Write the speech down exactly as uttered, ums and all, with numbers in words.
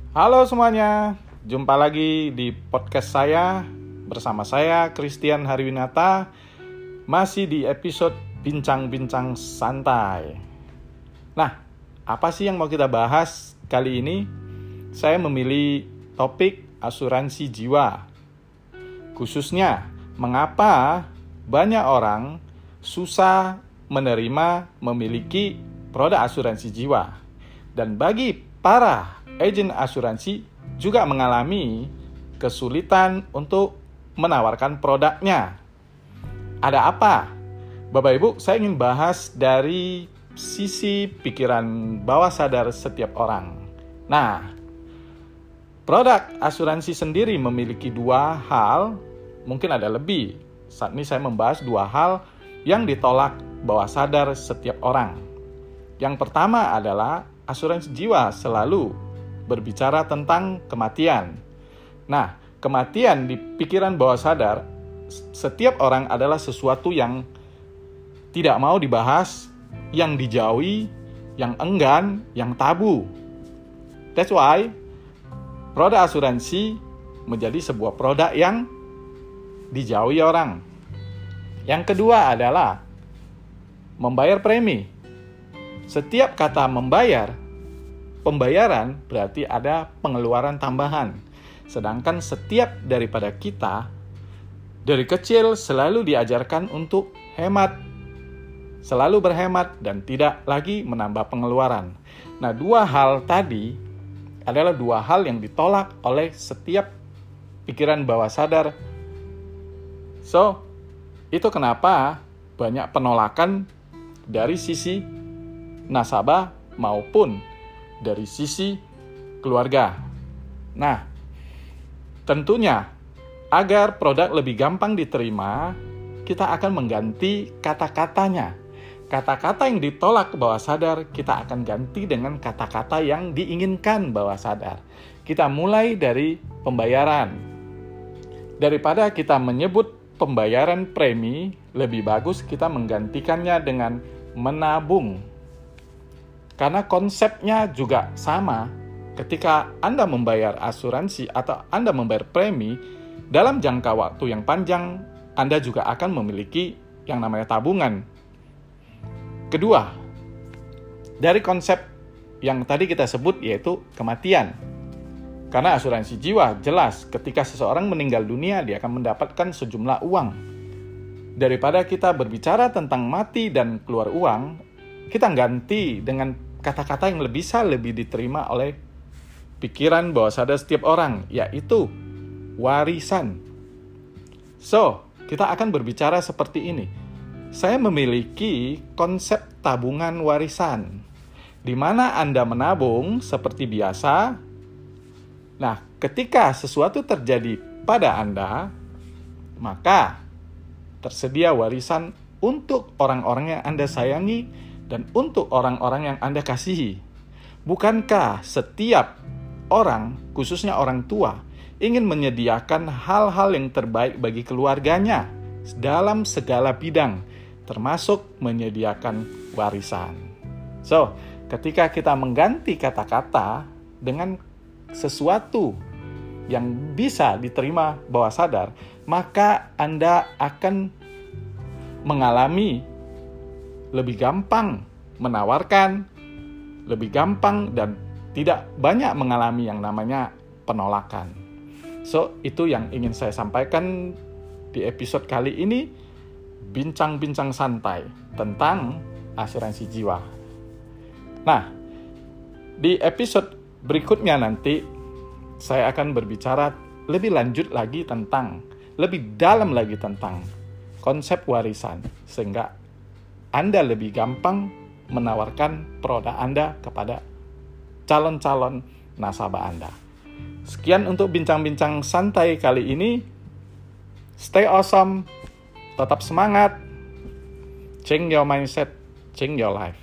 Halo semuanya, jumpa lagi di podcast saya bersama saya Christian Hariwinata, masih di episode Bincang-Bincang Santai. Nah, apa sih yang mau kita bahas kali ini? Saya memilih topik asuransi jiwa. Khususnya, mengapa banyak orang susah menerima memiliki produk asuransi jiwa. Dan bagi para agen asuransi juga mengalami kesulitan untuk menawarkan produknya. Ada apa? Bapak Ibu, saya ingin bahas dari sisi pikiran bawah sadar setiap orang. Nah, produk asuransi sendiri memiliki dua hal, mungkin ada lebih. Saat ini saya membahas dua hal yang ditolak bawah sadar setiap orang. Yang pertama adalah asuransi jiwa selalu berbicara tentang kematian. Nah, kematian di pikiran bawah sadar setiap orang adalah sesuatu yang tidak mau dibahas, yang dijauhi, yang enggan, yang tabu. That's why produk asuransi menjadi sebuah produk yang dijauhi orang. Yang kedua adalah membayar premi. Setiap kata membayar, pembayaran berarti ada pengeluaran tambahan. Sedangkan setiap daripada kita dari kecil selalu diajarkan untuk hemat, selalu berhemat dan tidak lagi menambah pengeluaran. Nah, dua hal tadi adalah dua hal yang ditolak oleh setiap pikiran bawah sadar. So, itu kenapa banyak penolakan dari sisi nasabah maupun dari sisi keluarga. Nah, tentunya agar produk lebih gampang diterima, kita akan mengganti kata-katanya. Kata-kata yang ditolak bawah sadar, kita akan ganti dengan kata-kata yang diinginkan bawah sadar. Kita mulai dari pembayaran. Daripada kita menyebut pembayaran premi, lebih bagus kita menggantikannya dengan menabung. Karena konsepnya juga sama. Ketika Anda membayar asuransi atau Anda membayar premi, dalam jangka waktu yang panjang, Anda juga akan memiliki yang namanya tabungan. Kedua, dari konsep yang tadi kita sebut yaitu kematian. Karena asuransi jiwa jelas ketika seseorang meninggal dunia, dia akan mendapatkan sejumlah uang. Daripada kita berbicara tentang mati dan keluar uang, kita ganti dengan kata-kata yang lebih bisa lebih diterima oleh pikiran bawah sadar setiap orang, yaitu warisan. So, kita akan berbicara seperti ini. Saya memiliki konsep tabungan warisan, di mana Anda menabung seperti biasa. Nah, ketika sesuatu terjadi pada Anda, maka tersedia warisan untuk orang-orang yang Anda sayangi dan untuk orang-orang yang Anda kasihi. Bukankah setiap orang, khususnya orang tua, ingin menyediakan hal-hal yang terbaik bagi keluarganya dalam segala bidang, termasuk menyediakan warisan. So, ketika kita mengganti kata-kata dengan sesuatu yang bisa diterima bawah sadar, maka Anda akan mengalami lebih gampang menawarkan, lebih gampang dan tidak banyak mengalami yang namanya penolakan. So, itu yang ingin saya sampaikan di episode kali ini, bincang-bincang santai tentang asuransi jiwa. Nah, di episode berikutnya nanti saya akan berbicara lebih lanjut lagi tentang, lebih dalam lagi tentang konsep warisan, sehingga Anda lebih gampang menawarkan produk Anda kepada calon-calon nasabah Anda. Sekian untuk bincang-bincang santai kali ini. Stay awesome, tetap semangat, change your mindset, change your life.